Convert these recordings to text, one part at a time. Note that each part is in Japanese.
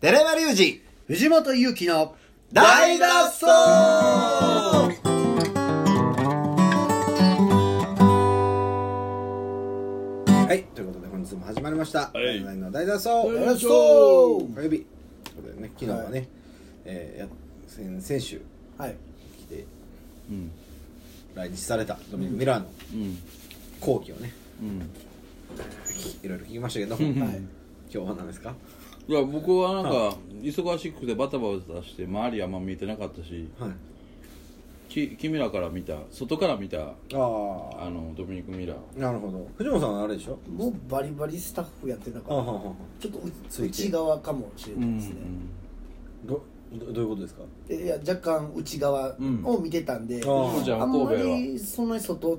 寺山隆二藤本勇樹の大脱走。はい、ということで本日も始まりました、 はい、 の大脱走大脱走火曜日ということでね、昨日はね、先週はい、 来て、来日されたドミニク・ミラーの後期をね、いろいろ聞きましたけど、はい、今日は何ですか？ いや、僕はなんか忙しくてバタバタして周りあんま見えてなかったし、はい、君らから見た、外から見たドミニク・ミラー。 なるほど。藤本さんはあれでしょ、 もうバリバリスタッフやってたからちょっと内側かもしれないですね、 どういうことですか？ いや、若干内側を見てたんで、あんまりそんなに外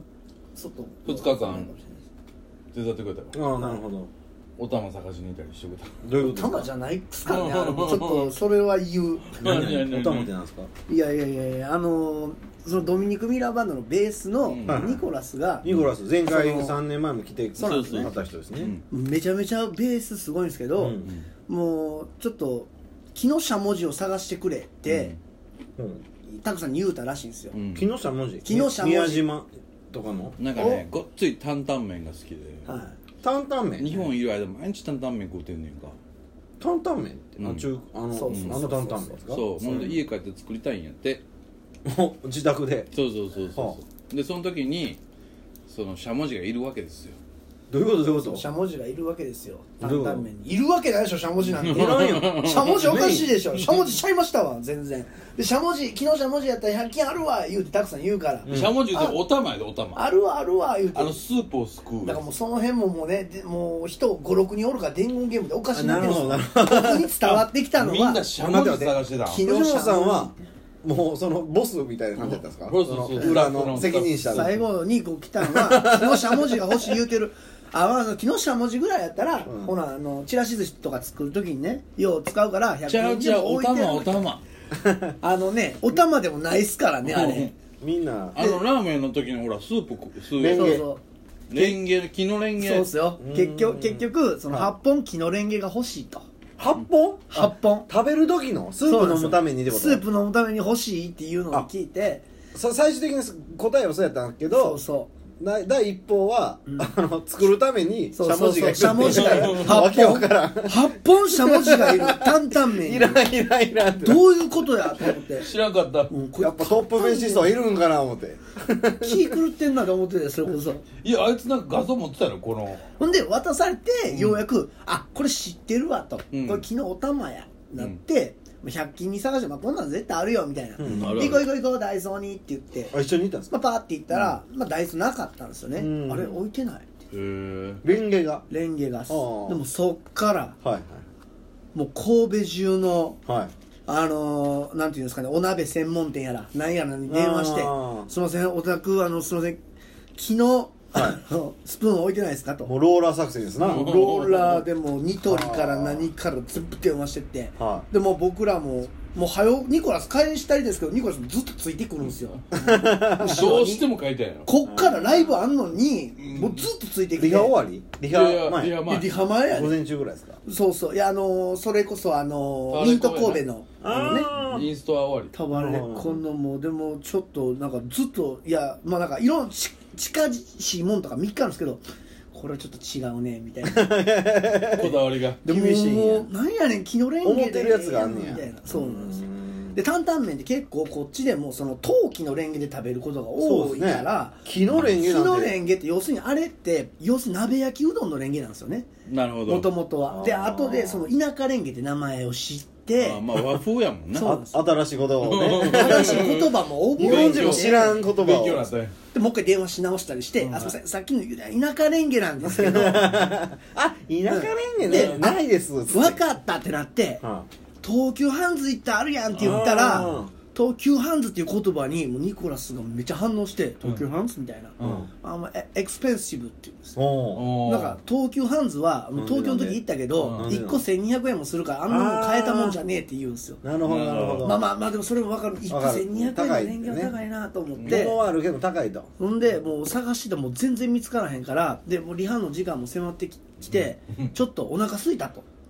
2日間手伝ってくれたから。 なるほど。 お玉探しにいたりしてくれた。 どういうことですか？ お玉じゃないっすかね。ちょっとそれは言う。 お玉ってなんですか？ いやそのドミニク・ミラーバンドのベースのニコラスが、 前回3年前も来てくれた人ですね。 めちゃめちゃベースすごいんですけど、もうちょっと木のしゃもじを探してくれってたくさんに言うたらしいんですよ。 木のしゃもじ、宮島とかのなんかね、ごっつい担々麺が好きで、 担々麺、 日本いる間毎日担々麺食うてんねんか。 担々麺ってあの担々麺ですか？ そう、ほんで家帰って作りたいんやって。 自宅で。 そうでその時にそのしゃもじがいるわけですよ。 どういうこと？ しゃもじがいるわけですよ。担々麺にいるわけないでしょ、しゃもじなんて。しゃもじおかしいでしょ。しゃもじちゃいましたわ、全然。でしゃもじ、昨日しゃもじやったら100均あるわ言うてたくさん言うから。 しゃもじでお玉やで、お玉。 あるわ言うて。 スープをすくう。 だからもうその辺もね、もう人5、6人おるから伝言ゲームでおかしいなってるんですよ。 僕に伝わってきたのはみんなしゃもじ探してた。 藤本さんはもうそのボスみたいな感じだったんですか？裏の責任者で最後にこう来たのは昨日しゃもじが欲しい言うてる。昨日しゃもじぐらいやったら、ほなちらし寿司とか作るときにね、よう使うから 100円でも置いてる。お玉お玉でもないっすからね、あれ。 みんなラーメンの時のほらスープレンゲ、木のレンゲ。 そうっすよ。結局その8本木のレンゲが欲しいと。 8本食べる時のスープ飲むためにってこと？ スープ飲むために欲しいっていうのを聞いて、 最終的に答えはそうやったんだけど、第一報は作るためにしゃもじがいる。 しゃもじがいる。8本しゃもじがいる。担々麺。 いらんって。 どういうことやと思って。 知らんかった。 やっぱトップ飯層いるんかな思って。 気狂ってんなと思ってて、それこそ。 いや、あいつなんか画像持ってたの、この。 ほんで渡されてようやく、これ知ってるわと。これ昨日お玉やなって。100均に探して、こんなん絶対あるよみたいな、行こうダイソーにって言って、 一緒に行ったんですか？ パーって行ったら、ダイソーなかったんですよね。あれ置いてないって。 レンゲがでもそっから、もう神戸中の、なんていうんですかね、お鍋専門店やら何やらに電話して、すいませんお宅すいません昨日スプーン置いてないですかと。 もうローラー作戦ですな。 ローラーでもニトリから何から全部電話してって、でも僕らもうはよニコラス返したいですけど、ニコラスずっとついてくるんですよ。 どうしても書いてんやろ。 こっからライブあんのにもうずっとついてきて。 リハ終わり？リハ前やね。 午前中ぐらいですか？ そういやそれこそミント神戸のインストア終わり。 多分あれね、このもうでもちょっとなんかずっとなんかいろんな近しいもんとか3日あるんですけど、これはちょっと違うねみたいなこだわりが厳しいんや。もうなんやねん木のレンゲで思ってるやつがあんねやみたいな。そうなんですよ。で担々麺って結構こっちでもその陶器のレンゲで食べることが多いから、 木のレンゲって要するにあれって鍋焼きうどんのレンゲなんですよね。 なるほど。 もともとは。で後でその田舎レンゲって名前を知って、 和風やもんな。 新しい言葉をね。 新しい言葉も覚えて、 日本人も知らん言葉をでもう一回電話し直したりして、すいませんさっきの田舎レンゲなんですけど田舎レンゲねないです分かったってなって、東急ハンズ行ったあるやんって言ったら、東急ハンズっていう言葉にもうニコラスがめっちゃ反応して、東急ハンズみたいな、エクスペンシブって言うんですよ。なんか東急ハンズは東京の時行ったけど1個1200円もするから、あんなもん買えたもんじゃねえって言うんですよ。 なるほど。 まあでもそれも分かる。1個1200円のレンゲは高いなと思って、 物はあるけど高いと。 ほんでもう探しても全然見つからへんから、でもうリハの時間も迫ってきてちょっとお腹空いたと。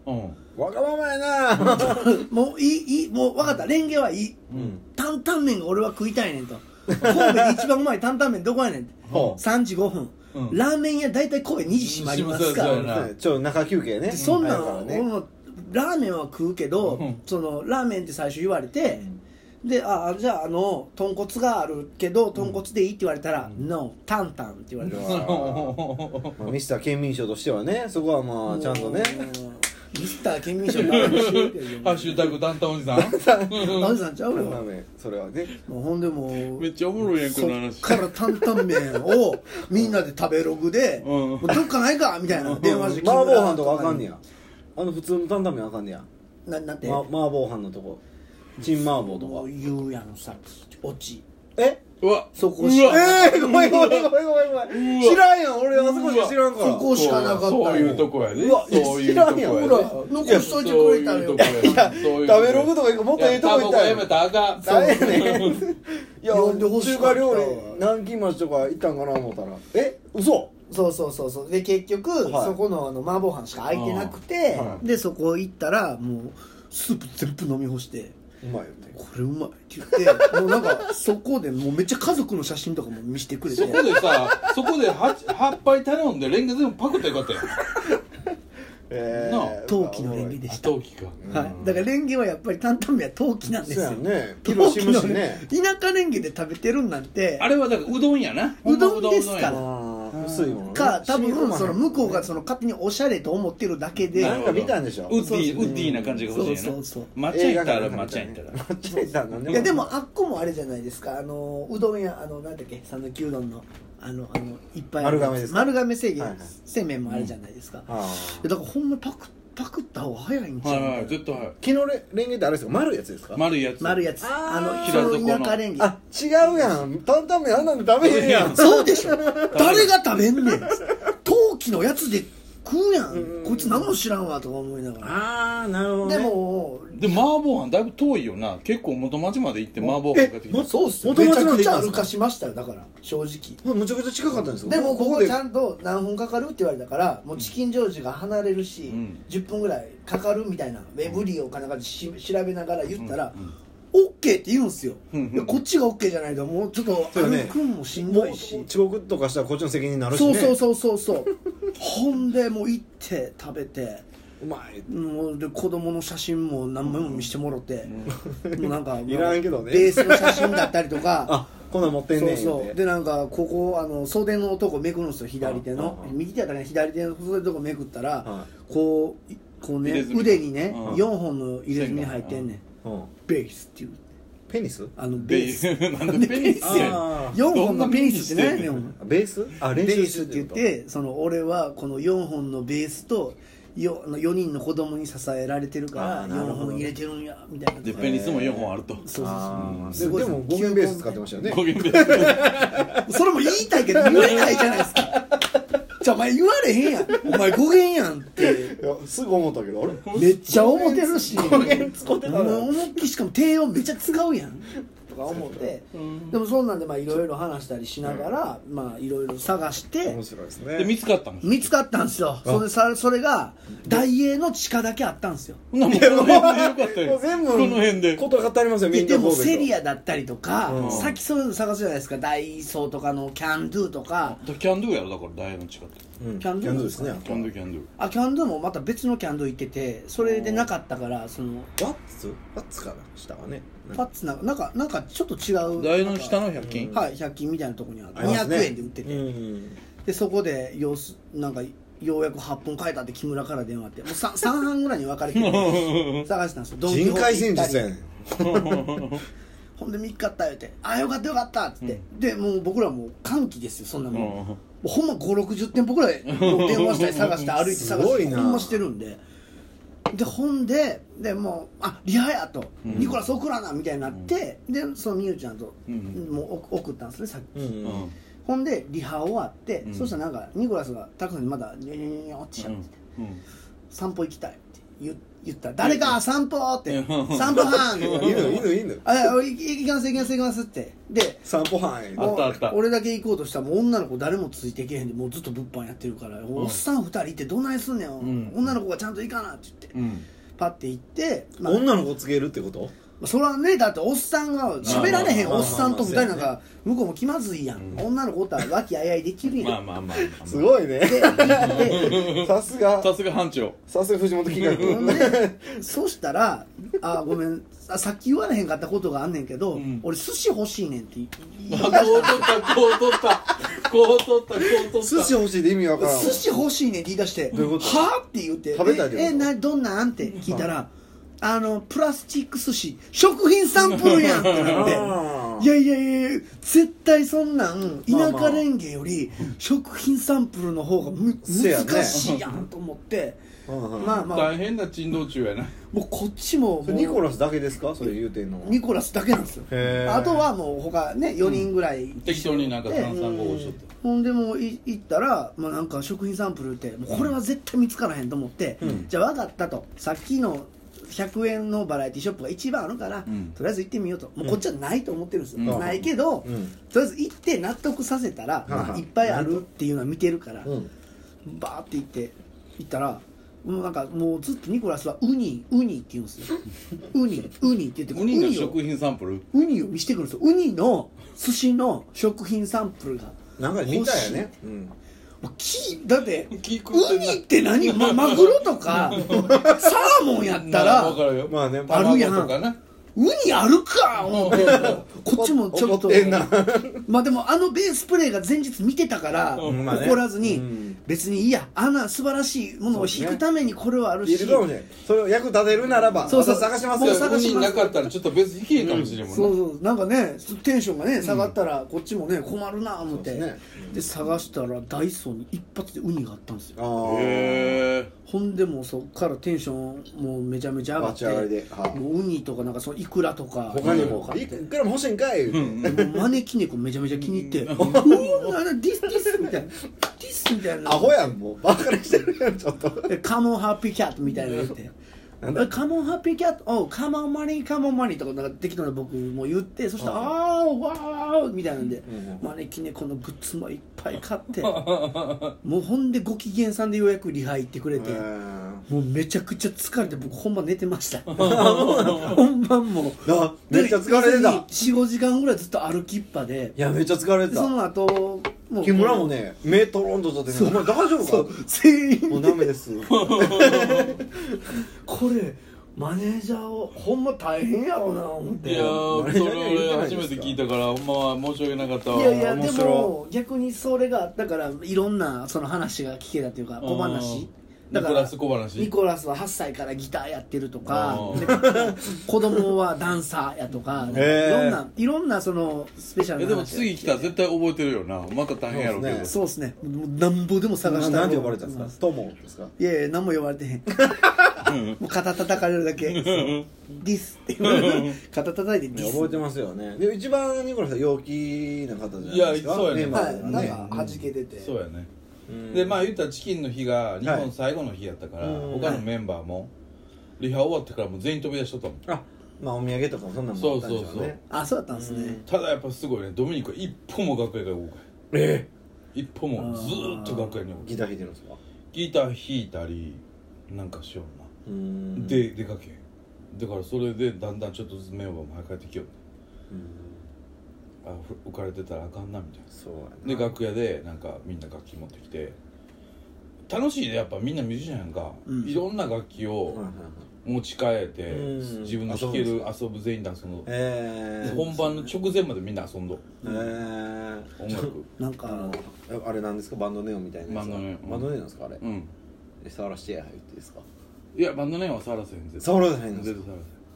わがままやなもういいもう分かった、レンゲはいい、担々麺が俺は食いたいねんと、神戸で一番うまい担々麺どこやねんって3時5分、ラーメン屋大体神戸2時閉まりますから、 ちょっと中休憩ね、 そんなの俺もラーメンは食うけど、そのラーメンって最初言われて、でじゃあ豚骨があるけど豚骨でいいって言われたら、ノータンタンって言われてミスター県民賞としてはね、そこはまあちゃんとね、 ミスター県民賞もあるしハッシュタグタンタンおじさんおじさんちゃうよ、 それはね、 もうほんでもうめっちゃおもろいやんこの話。 そっから担々麺をみんなで食べログで、もうどっかないかみたいな電話して麻婆飯とかあかんねや、普通の担々麺あかんねや、 なんて麻婆飯のとこチン麻婆とか言うやんさオチうわそこしかごめん知らんやん、俺あそこしか知らんから、 そこしかなかったそういうとこやで、 そういうとこやほら残しといてくれたよ、 食べログとかもっとええとこ行ったらやめたらあかん。 誰やねんいや呼んでほしかった中華料理南京町とか行ったんかな思ったら嘘そうで結局、そこの麻婆飯しか空いてなくて、でそこ行ったらもうスープ全部飲み干して、 うまいよね、 これうまいって言ってもうなんかそこでもうめっちゃ家族の写真とかも見せてくれて、 そこでさ、そこで8杯頼んでレンゲ全部パクったらよかったよ。 陶器のレンゲでした。 陶器か、 はい、だからレンゲはやっぱり担々麺は陶器なんですよ。 そうやね、 陶器の田舎レンゲで食べてるんなんて、 あれはだからうどんやな、 うどんですから。 薄いものか多分その向こうがその勝手におしゃれと思ってるだけで、 なんか見たんでしょ、 ウッディな感じが欲しいな。 そう抹茶行ったら抹茶行ったら、 いやでもあっこもあれじゃないですか、うどん屋なんだっけ、讃岐うどんのいっぱいある丸亀製麺もあるじゃないですか。だからほんまパクった方が早いんちゃう。 はい、絶対早い。 昨日レンゲってあれですか、丸いやつですか、 丸いやつ、 その田舎レンゲ、 違うやん、担々麺あんなんで食べへんやんそうでしょ誰が食べんねん陶器のやつで食うやん、こいつ何も知らんわとか思いながら、 なるほどね、 で麻婆飯だいぶ遠いよな、結構元町まで行って麻婆飯買ってきた。 そうっすよ、めちゃくちゃ歩かしましたよ、だから正直むちゃくちゃ近かったんですよ。 でもここちゃんと何分かかるって言われたから、もうチキンジョージが離れるし、10分ぐらいかかるみたいなウェブリーをかなんかで調べながら言ったら、オッケーって言うんすよ。こっちがオッケーじゃないともうちょっと歩くんもしんどいし、 遅刻とかしたらこっちの責任になるしね。 そうほんでもう行って食べて、 うまい、 で子供の写真も何枚も見せてもろて、もうなんかいらんけどね、 ベースの写真だったりとかこんなん持ってんねんそうでなんかここ袖のとこめくるんですよ、左手の右手やったらね、左手の袖のとこめくったらこうね腕にね4本の入れ墨入ってんねん、ベースっていうペニス、 ベースなんでペニスや4本のペニスって何やねん、 ベース練習してって言って、俺はこの4本のベースと4人の子供に支えられてるから4本入れてるんやみたいな。 でペニスも4本あると。 そうでも5弦ベース使ってましたよね。 5弦ベースそれも言いたいけど言えないじゃないですか。じゃあお前言われへんやん、お前5弦やんってすぐ思ったけど、あれめっちゃ思ってるし、 5弦使ってたら思いっきりしかも低音めっちゃ使うやんとか思って、でもそんなんでいろいろ話したりしながらいろいろ探して面白いですね。 で見つかったんです。 見つかったんですよ。それが大英の地下だけあったんですよ。 もうこの辺でよかったよ。 全部この辺でことがありますよ。 でもセリアだったりとか、さっきそういうの探すじゃないですか、ダイソーとかのキャンドゥとか。 キャンドゥやろ、だから大英の近く。 キャンドゥですね。 キャンドゥキャンドゥ。 キャンドゥもまた別のキャンドゥ行ってて、それでなかったからワッツかな、下はね。 パッツなんかちょっと違う。 大英の下の100均。 はい、100均みたいなとこにあって200円で売ってて、でそこでなんかようやく8本変えたって木村から電話あって、もう3半ぐらいに分かれて探したんですよ。 人海戦術やねん。 ほんで3日った言うて、よかったよかったっつって、でもう僕らもう歓喜ですよ、そんなもん、もうほんま5、60店舗ぐらい電話したり探して歩いて探してほんましてるんで、ほんでもうリハやと、ニコラス送らなみたいになって、でそのみゆちゃんともう送ったんですね、さっき。ほんでリハ終わって、そしたらなんかニコラスがタクシーにまだニョニョニョってしちゃって、散歩行きたいって言ったら誰か散歩って散歩班犬行きますってで散歩班あった俺だけ行こうとしたらもう女の子誰もついてけへんでもうずっと物販やってるから、おっさん2人ってどないすんねん、女の子がちゃんと行かなって言って、パッて行って、 女の子つけるってこと？ それはね、だっておっさんが喋られへんおっさんと2人なんか向こうも気まずいやん、女の子おったら和気あいあいできるやんすごいねさすが班長さすが藤本企画そしたらごめんさっき言われへんかったことがあんねんけど、俺寿司欲しいねんって言い出した寿司欲しいって意味わからん。 寿司欲しいねんって言い出してどういうこと？ はぁって言って食べたいってこと？ どんなんって聞いたらプラスチック寿司食品サンプルやんってなっていや絶対そんなん田舎レンゲより食品サンプルの方が難しいやんと思って大変な珍道中やな。 もうこっちもニコラスだけですかそれ言うてんの？ ニコラスだけなんですよ。あとはもう他ね4人ぐらい適当になんか炭酸合しとってほんでもう行ったらなんか食品サンプルってもうこれは絶対見つからへんと思ってじゃあ分かったとさっきの100円のバラエティショップが一番あるから、とりあえず行ってみようともうこっちはないと思ってるんですよ、ないけど、とりあえず行って納得させたら、いっぱいあるっていうのは見てるから、バーって行ったらもうなんかもうずっとニコラスはウニって言うんですよウニって言ってウニの食品サンプルウニを見せてくるんですよ。ウニの寿司の食品サンプルがなんか見たよね、 だってウニって何、マグロとかサーモンやったらあるやん。ウニあるか思ってこっちもちょっとまあでもベースプレーが前日見てたから怒らずに別にいいや素晴らしいものを引くためにこれはあるしそれを役立てるならば探しますよ。 ウニなかったらちょっと別に引けかもしれんもんね。 そうなんかねテンションがね下がったらこっちもね困るな思ってで探したらダイソーに一発でウニがあったんですよ。ほんでもうそっからテンションもうめちゃめちゃ上がってもうウニとかなんかそのイクラとか他にもいくらも欲しいんかい招き猫めちゃめちゃ気に入ってディスみたいなディスみたいなアホやんもうバカにしてるやんちょっとカモンハッピーキャットみたいなの言ってカモンハッピーキャットカモンマニーとかなんか適当な僕も言ってそしたらわーみたいなんで招き猫のグッズもいっぱい買ってもうほんでご機嫌さんでようやくリハ行ってくれてもうめちゃくちゃ疲れて僕本番寝てました本番もめっちゃ疲れてた 4,5 時間ぐらいずっと歩きっぱでいやめっちゃ疲れてた。 その後木村もね目トロンととってねお前大丈夫か全員もうダメですこれマネージャーをほんま大変やろうな思っていやそれ俺初めて聞いたからほんま申し訳なかったわ。 いやでも逆にそれがあったからいろんなその話が聞けたというか小話だからニコラスは8歳からギターやってるとか子供はダンサーやとかいろんなそのスペシャルな話でも次来たら絶対覚えてるよな。また大変やろうけどそうですねなんぼでも探したらなんて呼ばれたんですかトモですか？ いや何も呼ばれてへんもう肩叩かれるだけディスって肩叩いてディス覚えてますよね。で一番ニコラスは陽気な方じゃないですか。 いやそうやねなんか弾けててそうやね。でまあ言ったらチキンの日が日本最後の日やったから、他のメンバーもリハ終わってからもう全員飛び出しとったもん。 まあお土産とかもそんなのもあったんでしょうね。 そうだったんですね。 ただやっぱすごいねドミニクは一歩も楽屋から動かへん。一歩もずーっと楽屋に動かへん。 ギター弾いてるんですか？ギター弾いたりなんかしようなで出かけへん。だからそれでだんだんちょっとずつメンバーも早く帰ってきよう。浮かれてたらあかんなみたいな。そうやな。で楽屋でなんかみんな楽器持ってきて楽しいねやっぱみんなミュージシャンやんか、いろんな楽器を持ち帰って自分の弾ける遊ぶ全員で遊んど本番の直前までみんな遊んど音楽なんかあれなんですかバンドネオンみたいなやつ。バンドネオンなんですかあれ。触らしてや入ってですか？ いやバンドネオンは触らせへん。 触らせへんんですか？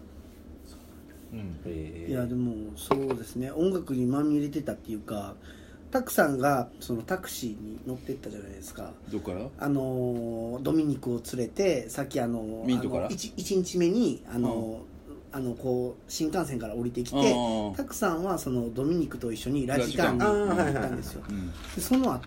いやでもそうですね音楽にまみれてたっていうかタクさんがそのタクシーに乗ってったじゃないですか。 どこからドミニクを連れてさっきミントから 1日目にこう新幹線から降りてきてタクさんはそのドミニクと一緒にラジカンに乗ったんですよ。でその後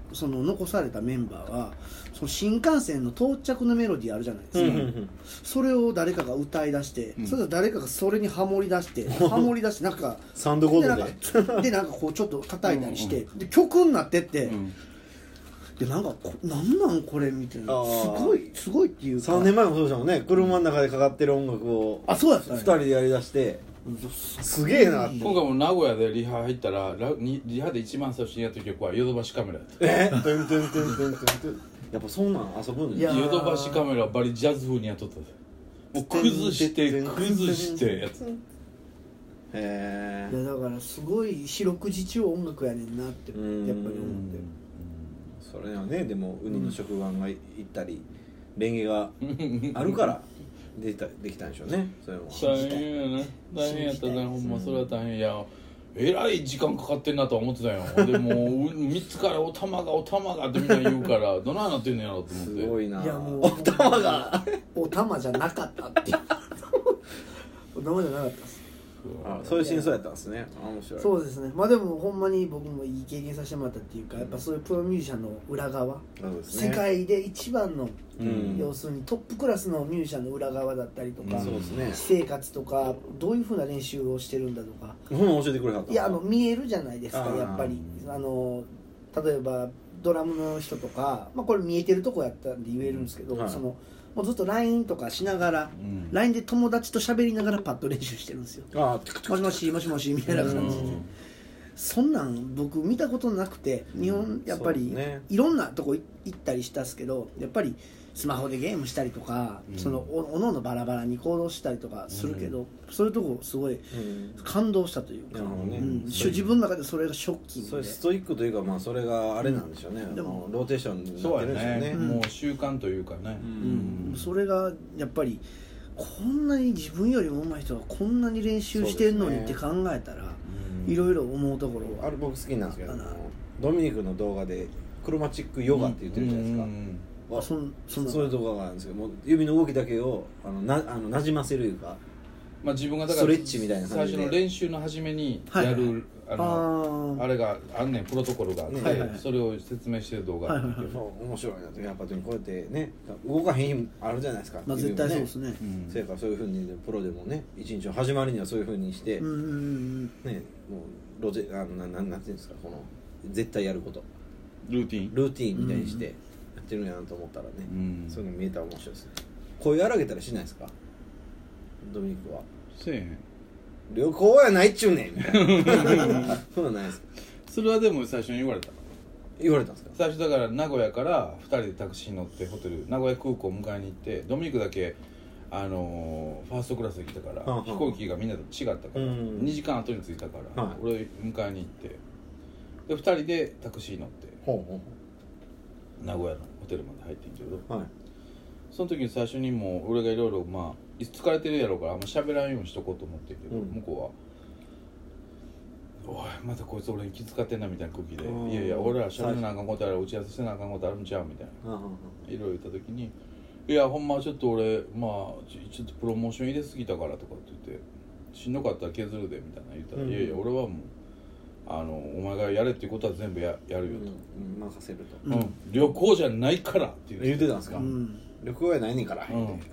その残されたメンバーはその新幹線の到着のメロディーあるじゃないですか、それを誰かが歌い出して、それで誰かがそれにハモり出してなんかサウンドコードでなんかこうちょっと叩いたりして、で曲になってって、でなんかなんなんこれみたいな、すごいっていうか 3年前もそうでしたもんね、車の中でかかってる音楽をそうやった 2人でやりだして、すげえなって。 今回も名古屋でリハ入ったらリハで一番最初にやった曲はヨドバシカメラやった。 やっぱそんなん遊ぶんヨドバシカメラバリジャズ風にやっとった。もう崩してやつ。 いやだからすごい四六時中音楽やねんなってやっぱり思って。 それはね、でもウニの食玩が行ったりレンゲがあるからできたんでしょうね。それも大変やね、大変やったね、ほんまそれは大変。いやえらい時間かかってんなとは思ってたよ。でも3つからお玉がってみんな言うからどないなってんのやろと思って。 すごいな。 いやもうお玉がお玉じゃなかったってお玉じゃなかったです。 そういう真相やったんですね。面白い。 そうですね。まあでもほんまに僕もいい経験させてもらったっていうか、やっぱそういうプロミュージシャンの裏側、世界で一番の、要するにトップクラスのミュージシャンの裏側だったりとか、私生活とかどういうふうな練習をしてるんだとか、 教えてくれはった。 いや見えるじゃないですか、やっぱり例えばドラムの人とか、まあこれ見えてるとこやったんで言えるんですけど、そのもうずっと LINE とかしながら、LINE で友達と喋りながらパッド練習してるんですよ。もしもしみたいな感じで、そんなん僕見たことなくて、日本やっぱりいろんなとこ行ったりしたんですけど、やっぱりスマホでゲームしたりとか、そのおのおのバラバラに行動したりとかするけど、そういうとこすごい感動したというか、自分の中でそれがショッキングで、 それストイックというか、まあそれがあれなんでしょうね、でもローテーションになってるんでしょうね。 もう習慣というかね、 それがやっぱりこんなに自分よりも上手い人がこんなに練習してんのにって考えたら、いろいろ思うところはあれ僕好きなんですけど、ドミニクの動画でクロマチックヨガって言ってるじゃないですか。そういう動画があるんですけど、もう指の動きだけをなじませるいうか、 まあ、自分がだからストレッチみたいな感じで最初の練習の初めにやる、あれがあんねん、プロトコルがあって、それを説明してる動画あるけど、 面白いなって。やっぱこうやってね、動かへん日あるじゃないですか。 まあ絶対そうですね。 それからそういうふうにプロでもね、一日の始まりにはそういうふうにしてね、もうなんていうんですか、この絶対やること、 ルーティンみたいにしてやってるんやなと思ったらね、そういうの見えたら面白いですね。声荒げたりしないですか、ドミニクは。 せえへん。 旅行やないっちゅうねんみたいなそんなんないですか。 それはでも最初に言われたんですか。 最初だから名古屋から2人でタクシーに乗ってホテル名古屋空港迎えに行って、ドミニクだけファーストクラスで来たから、飛行機がみんなと違ったから、2時間後に着いたから、俺迎えに行って、で2人でタクシーに乗って名古屋のホテルまで入ってんけど、その時に最初にもう俺がいろいろ疲れてるやろうからあんま喋らんようにしとこうと思ってるけど、向こうは「おいまたこいつ俺に気遣ってんな」みたいな空気で「いやいや俺ら喋らなあかんことある、打ち合わせしてなあかんことあるんちゃう」みたいないろいろ言った時に「いやほんまちょっと俺ちょっとプロモーション入れすぎたから」とかって言って「しんどかったら削るで」みたいな言ったら「いやいや俺はもうお前がやれっていうことは全部やるよ」と 「任せると」 旅行じゃないから」って言ってたんですか。旅行やないねんから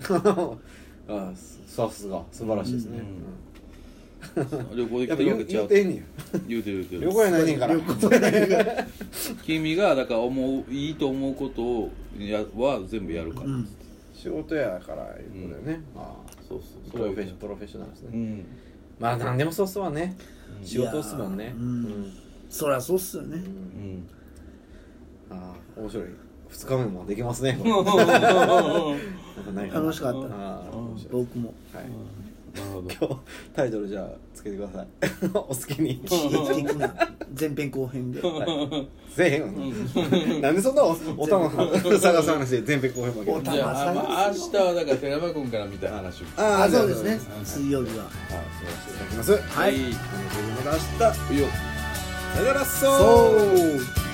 さすが素晴らしいですね。 旅行で来てるわけちゃう。言うてる旅行やないねんから君がだからいいと思うことは全部やるから、 仕事やからいうことだよね。 そうプロフェッショナルですね。まあ何でもそうっすわね、仕事っすもんね。 そりゃそうっすよね。 面白い。2日目もできますね。 楽しかった。僕も。 今日タイトルじゃあつけてください。お好きに。 刺激的な前編後編で。 前編。なんでそんなお玉探す話で前編後編まで。 じゃあ明日はだから寺山君から見た話を。 そうですね。水曜日は。 そうしていただきます。 はい。 また明日。 いいよ。 さよならそう。